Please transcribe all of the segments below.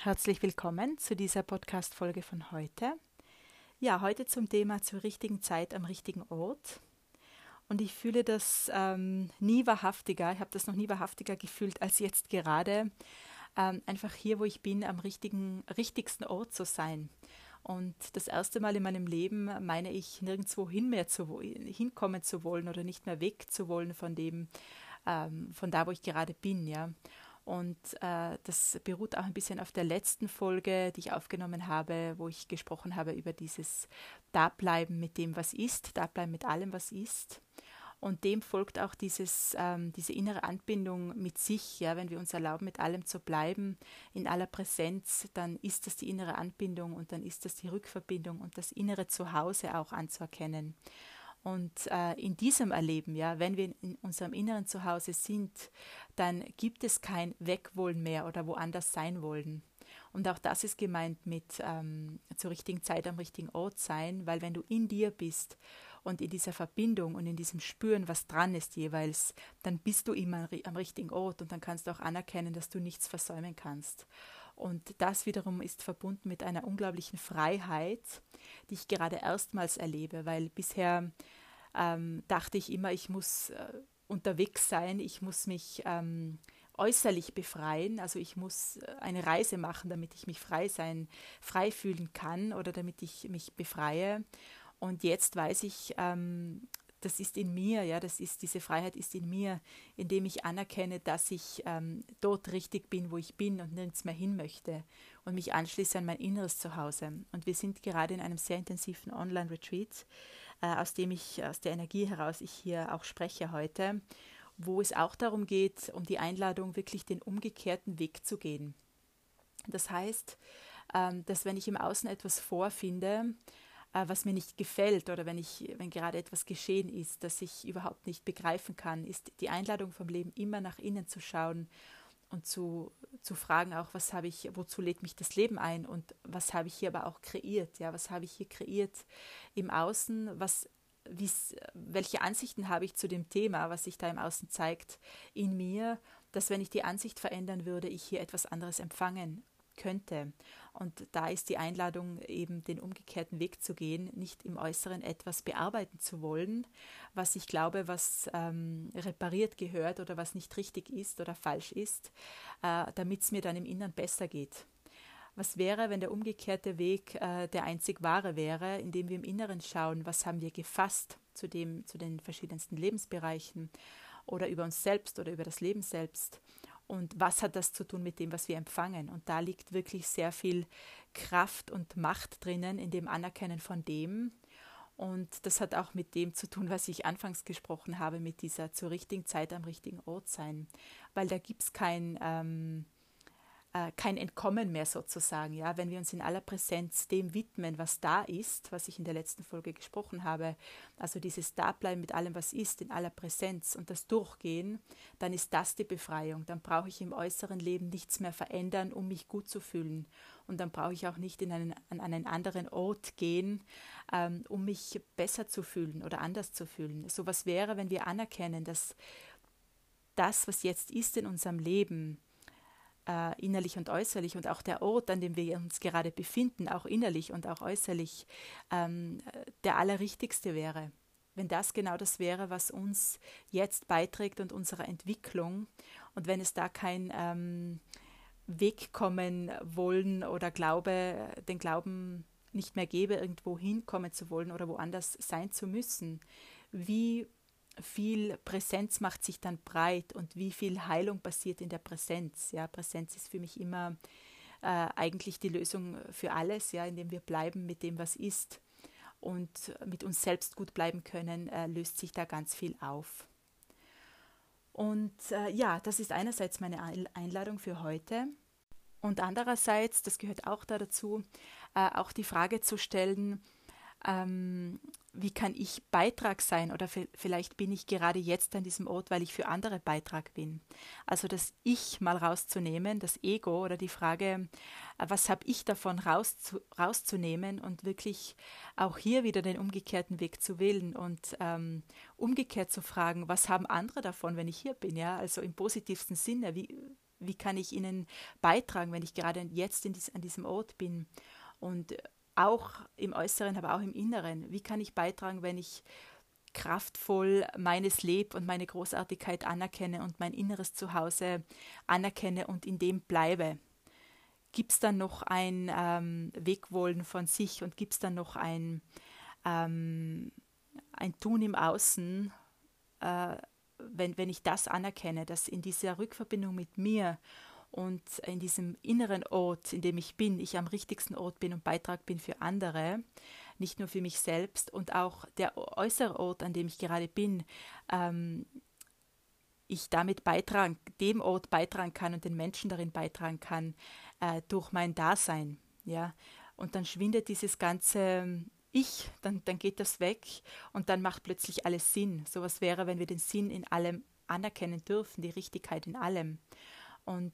Herzlich willkommen zu dieser Podcast-Folge von heute. Ja, heute zum Thema zur richtigen Zeit am richtigen Ort. Und ich fühle das nie wahrhaftiger, ich habe das noch nie wahrhaftiger gefühlt als jetzt gerade, einfach hier, wo ich bin, am richtigsten Ort zu sein. Und das erste Mal in meinem Leben meine ich, nirgendwo hinkommen zu wollen oder nicht mehr weg zu wollen von dem, von da, wo ich gerade bin, ja. Und das beruht auch ein bisschen auf der letzten Folge, die ich aufgenommen habe, wo ich gesprochen habe über dieses Dableiben mit dem, was ist, Dableiben mit allem, was ist. Und dem folgt auch diese innere Anbindung mit sich. Ja, wenn wir uns erlauben, mit allem zu bleiben, in aller Präsenz, dann ist das die innere Anbindung und dann ist das die Rückverbindung und das innere Zuhause auch anzuerkennen. Und in diesem Erleben, ja, wenn wir in unserem inneren Zuhause sind, dann gibt es kein Wegwollen mehr oder woanders sein wollen. Und auch das ist gemeint mit zur richtigen Zeit am richtigen Ort sein, weil wenn du in dir bist und in dieser Verbindung und in diesem Spüren, was dran ist jeweils, dann bist du immer am richtigen Ort und dann kannst du auch anerkennen, dass du nichts versäumen kannst. Und das wiederum ist verbunden mit einer unglaublichen Freiheit, die ich gerade erstmals erlebe, weil bisher dachte ich immer, ich muss unterwegs sein, ich muss mich äußerlich befreien, also ich muss eine Reise machen, damit ich mich frei fühlen kann oder damit ich mich befreie. Und jetzt weiß ich, das ist in mir, ja, diese Freiheit ist in mir, indem ich anerkenne, dass ich dort richtig bin, wo ich bin und nirgends mehr hin möchte und mich anschließe an mein inneres Zuhause. Und wir sind gerade in einem sehr intensiven Online-Retreat, aus der Energie heraus ich hier auch spreche heute, wo es auch darum geht, um die Einladung, wirklich den umgekehrten Weg zu gehen. Das heißt, dass wenn ich im Außen etwas vorfinde, was mir nicht gefällt oder wenn gerade etwas geschehen ist, das ich überhaupt nicht begreifen kann, ist die Einladung vom Leben immer nach innen zu schauen und zu fragen auch, wozu lädt mich das Leben ein und was habe ich hier aber auch kreiert, ja, was habe ich hier kreiert im Außen, welche Ansichten habe ich zu dem Thema, was sich da im Außen zeigt in mir, dass wenn ich die Ansicht verändern würde, ich hier etwas anderes empfangen könnte. Und da ist die Einladung, eben den umgekehrten Weg zu gehen, nicht im Äußeren etwas bearbeiten zu wollen, was ich glaube, was repariert gehört oder was nicht richtig ist oder falsch ist, damit es mir dann im Inneren besser geht. Was wäre, wenn der umgekehrte Weg der einzig wahre wäre, indem wir im Inneren schauen, was haben wir gefasst zu den verschiedensten Lebensbereichen oder über uns selbst oder über das Leben selbst. Und was hat das zu tun mit dem, was wir empfangen? Und da liegt wirklich sehr viel Kraft und Macht drinnen, in dem Anerkennen von dem. Und das hat auch mit dem zu tun, was ich anfangs gesprochen habe, mit dieser zur richtigen Zeit am richtigen Ort sein. Weil da gibt es kein Entkommen mehr sozusagen, ja, wenn wir uns in aller Präsenz dem widmen, was da ist, was ich in der letzten Folge gesprochen habe, also dieses Dableiben mit allem, was ist, in aller Präsenz und das Durchgehen, dann ist das die Befreiung. Dann brauche ich im äußeren Leben nichts mehr verändern, um mich gut zu fühlen. Und dann brauche ich auch nicht an einen anderen Ort gehen, um mich besser zu fühlen oder anders zu fühlen. So was wäre, wenn wir anerkennen, dass das, was jetzt ist in unserem Leben, innerlich und äußerlich und auch der Ort, an dem wir uns gerade befinden, auch innerlich und auch äußerlich, der allerrichtigste wäre. Wenn das genau das wäre, was uns jetzt beiträgt und unserer Entwicklung und wenn es da kein Wegkommen wollen oder den Glauben nicht mehr gäbe, irgendwo hinkommen zu wollen oder woanders sein zu müssen, wie viel Präsenz macht sich dann breit und wie viel Heilung passiert in der Präsenz. Ja, Präsenz ist für mich immer eigentlich die Lösung für alles, ja, indem wir bleiben mit dem, was ist und mit uns selbst gut bleiben können, löst sich da ganz viel auf. Und ja, das ist einerseits meine Einladung für heute und andererseits, das gehört auch dazu, auch die Frage zu stellen, wie kann ich Beitrag sein oder vielleicht bin ich gerade jetzt an diesem Ort, weil ich für andere Beitrag bin. Also das Ich mal rauszunehmen, das Ego oder die Frage, was habe ich davon rauszunehmen und wirklich auch hier wieder den umgekehrten Weg zu wählen und umgekehrt zu fragen, was haben andere davon, wenn ich hier bin, ja, also im positivsten Sinne, Wie kann ich ihnen beitragen, wenn ich gerade jetzt an diesem Ort bin? Und auch im Äußeren, aber auch im Inneren. Wie kann ich beitragen, wenn ich kraftvoll meines Leb und meine Großartigkeit anerkenne und mein inneres Zuhause anerkenne und in dem bleibe? Gibt es dann noch ein Wegwollen von sich und gibt es dann noch ein Tun im Außen, wenn ich das anerkenne, dass in dieser Rückverbindung mit mir und in diesem inneren Ort, in dem ich bin, ich am richtigsten Ort bin und Beitrag bin für andere, nicht nur für mich selbst, und auch der äußere Ort, an dem ich gerade bin, ich damit dem Ort beitragen kann und den Menschen darin beitragen kann, durch mein Dasein. Ja? Und dann schwindet dieses ganze Ich, dann geht das weg und dann macht plötzlich alles Sinn. So was wäre, wenn wir den Sinn in allem anerkennen dürfen, die Richtigkeit in allem. Und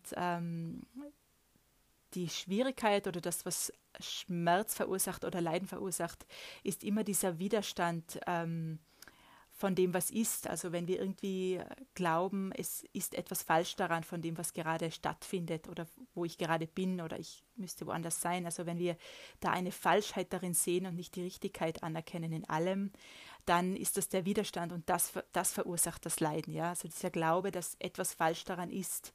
die Schwierigkeit oder das, was Schmerz verursacht oder Leiden verursacht, ist immer dieser Widerstand von dem, was ist. Also wenn wir irgendwie glauben, es ist etwas falsch daran von dem, was gerade stattfindet oder wo ich gerade bin oder ich müsste woanders sein. Also wenn wir da eine Falschheit darin sehen und nicht die Richtigkeit anerkennen in allem, dann ist das der Widerstand und das verursacht das Leiden. Ja? Also dieser Glaube, dass etwas falsch daran ist,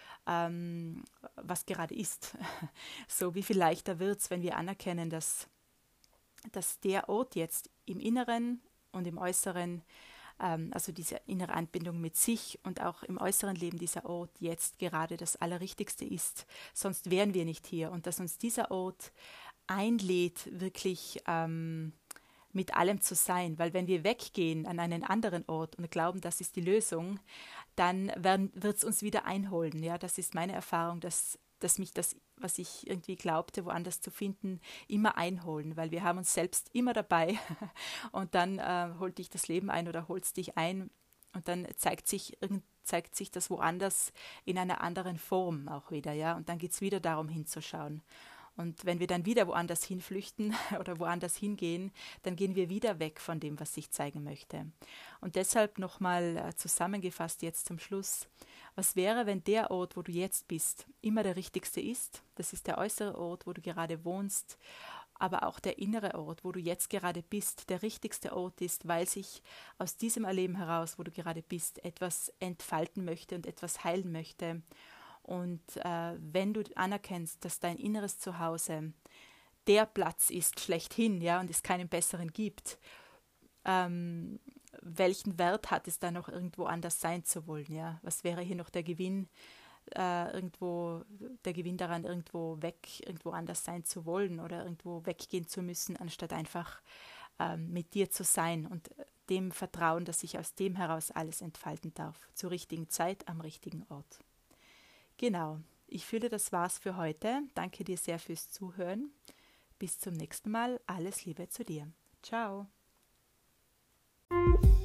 was gerade ist. So, wie viel leichter wird es, wenn wir anerkennen, dass der Ort jetzt im Inneren und im Äußeren, also diese innere Anbindung mit sich und auch im äußeren Leben dieser Ort jetzt gerade das Allerrichtigste ist. Sonst wären wir nicht hier. Und dass uns dieser Ort einlädt, wirklich mit allem zu sein. Weil wenn wir weggehen an einen anderen Ort und glauben, das ist die Lösung, dann wird es uns wieder einholen. Ja? Das ist meine Erfahrung, dass mich das, was ich irgendwie glaubte, woanders zu finden, immer einholen, weil wir haben uns selbst immer dabei und dann holt dich das Leben ein oder holst dich ein und dann zeigt sich das woanders in einer anderen Form auch wieder, ja, und dann geht es wieder darum hinzuschauen. Und wenn wir dann wieder woanders hinflüchten oder woanders hingehen, dann gehen wir wieder weg von dem, was sich zeigen möchte. Und deshalb nochmal zusammengefasst jetzt zum Schluss: Was wäre, wenn der Ort, wo du jetzt bist, immer der richtigste ist? Das ist der äußere Ort, wo du gerade wohnst, aber auch der innere Ort, wo du jetzt gerade bist, der richtigste Ort ist, weil sich aus diesem Erleben heraus, wo du gerade bist, etwas entfalten möchte und etwas heilen möchte. Und wenn du anerkennst, dass dein inneres Zuhause der Platz ist, schlechthin, ja, und es keinen besseren gibt, welchen Wert hat es da noch irgendwo anders sein zu wollen, ja? Was wäre hier noch der Gewinn, der Gewinn daran, irgendwo anders sein zu wollen oder irgendwo weggehen zu müssen, anstatt einfach mit dir zu sein und dem Vertrauen, dass sich aus dem heraus alles entfalten darf, zur richtigen Zeit, am richtigen Ort. Genau, ich fühle, das war's für heute. Danke dir sehr fürs Zuhören. Bis zum nächsten Mal. Alles Liebe zu dir. Ciao.